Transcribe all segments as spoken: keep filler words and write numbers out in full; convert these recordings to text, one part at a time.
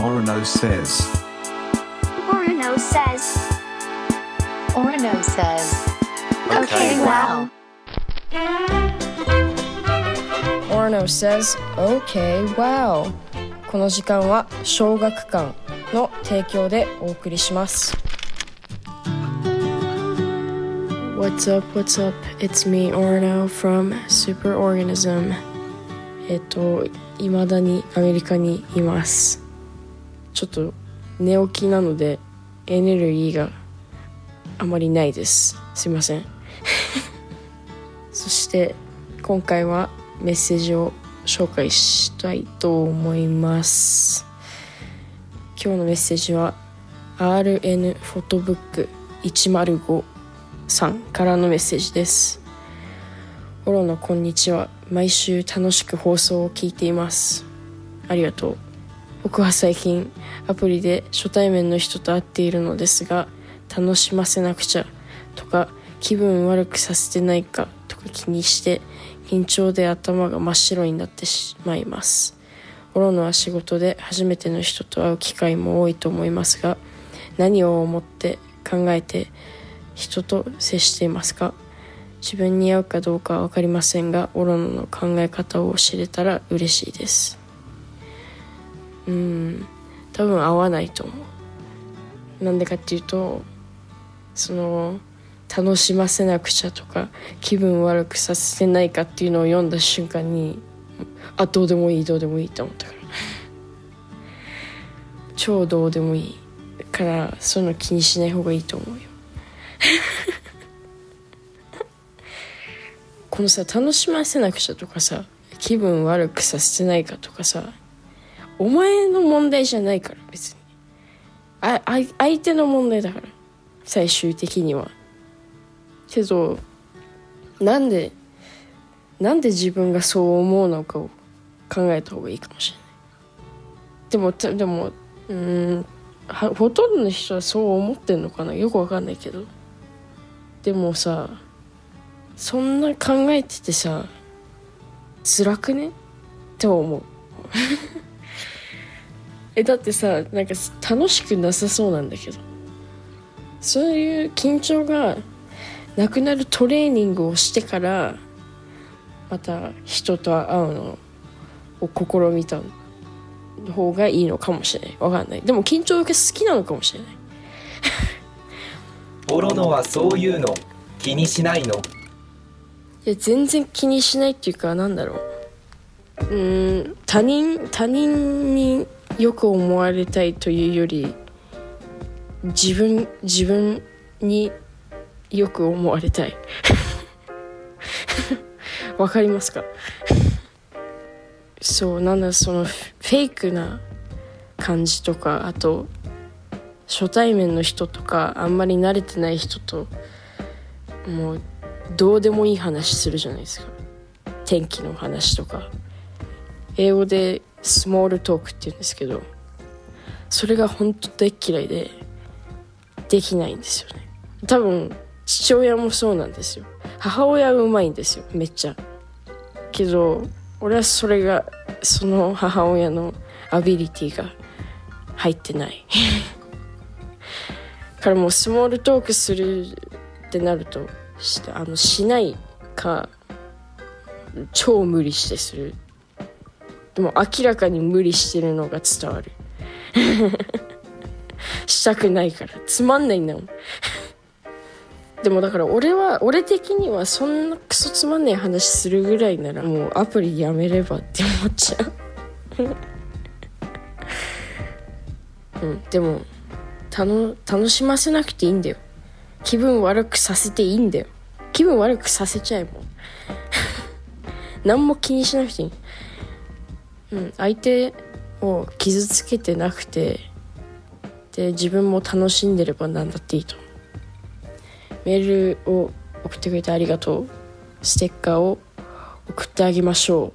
Orono says. Orono says. Orono says. Okay, wow. Orono says, Okay, wow. この時間は小学館の提供でお送りします。What's up, what's up? It's me, Orono from Superorganism. えっと、未だにアメリカにいます。ちょっと寝起きなのでエネルギーがあまりないです。すいません。そして今回はメッセージを紹介したいと思います。今日のメッセージは アールエヌ フォトブックいちまるごさんからのメッセージです。オロのこんにちは。毎週楽しく放送を聞いています。ありがとう。僕は最近アプリで初対面の人と会っているのですが、楽しませなくちゃとか気分悪くさせてないかとか気にして緊張で頭が真っ白になってしまいます。オロノは仕事で初めての人と会う機会も多いと思いますが、何を思って考えて人と接していますか？自分に合うかどうかは分かりませんが、オロノの考え方を知れたら嬉しいです。うーん、多分合わないと思う。なんでかっていうと、その楽しませなくちゃとか気分悪くさせないかっていうのを読んだ瞬間に、あ、どうでもいいどうでもいいと思ったから超どうでもいいからそういうの気にしない方がいいと思うよ。このさ、楽しませなくちゃとかさ、気分悪くさせてないかとかさ、お前の問題じゃないから別に、ああ相手の問題だから最終的には。けどなんでなんで自分がそう思うのかを考えた方がいいかもしれない。でもでもうーんほとんどの人はそう思ってんのかな、よくわかんないけど、でもさ、そんな考えててさ辛くねって思う。えだってさ、なんか楽しくなさそうなんだけど、そういう緊張がなくなるトレーニングをしてからまた人と会うのを試みた方がいいのかもしれない。わかんない。でも緊張が好きなのかもしれない。 オロノはそういうの気にしないの？ いや全然気にしないっていうか、なんだろう、うーん他人他人によく思われたいというより、自分自分によく思われたい。わかりますか？そう、なんだ、そのフェイクな感じとか、あと初対面の人とかあんまり慣れてない人ともうどうでもいい話するじゃないですか。天気の話とか、英語でスモールトークって言うんですけど、それが本当大嫌いでできないんですよね。多分父親もそうなんですよ。母親はうまいんですよ、めっちゃ。けど俺はそれが、その母親のアビリティが入ってないからもうスモールトークするってなるとしあのしないか超無理してする。でも明らかに無理してるのが伝わる。したくないから、つまんないんだもん。でもだから俺は俺的にはそんなクソつまんない話するぐらいならもうアプリやめればって思っちゃう。うん、でもたの楽しませなくていいんだよ。気分悪くさせていいんだよ。気分悪くさせちゃえもん。何も気にしなくていい。うん、相手を傷つけてなくて、で自分も楽しんでれば何だっていいと。メールを送ってくれてありがとう。ステッカーを送ってあげましょ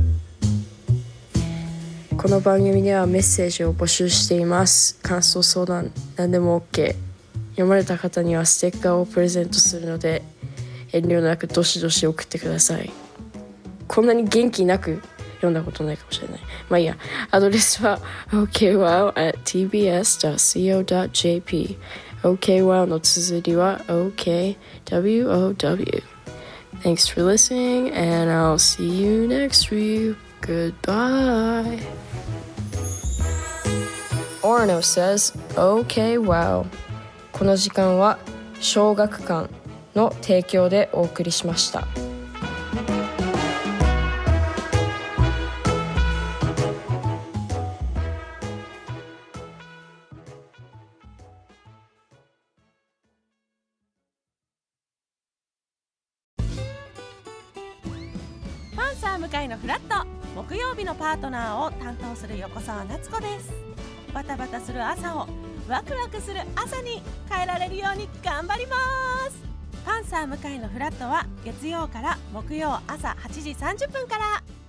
う。この番組ではメッセージを募集しています。感想相談何でも OK。 読まれた方にはステッカーをプレゼントするので、遠慮なくどしどし送ってください。こんなに元気なく読んだことないかもしれない。まあいいや。アドレスは オーケーワウ アット ティービーエス ドット シーオー ドット ジェーピー オーケーワウ の綴りは オーケーダブリューオーダブリュー。 Thanks for listening and I'll see you next week. Goodbye. Orno says Okay wow. この時間は小学館の提供でお送りしました。 パンサー向井のフラット、木曜日のパートナーを担当する横澤夏子です。バタバタする朝をワクワクする朝に変えられるように頑張ります。パンサー向井のフラットは月曜から木曜朝はちじさんじゅっぷんから。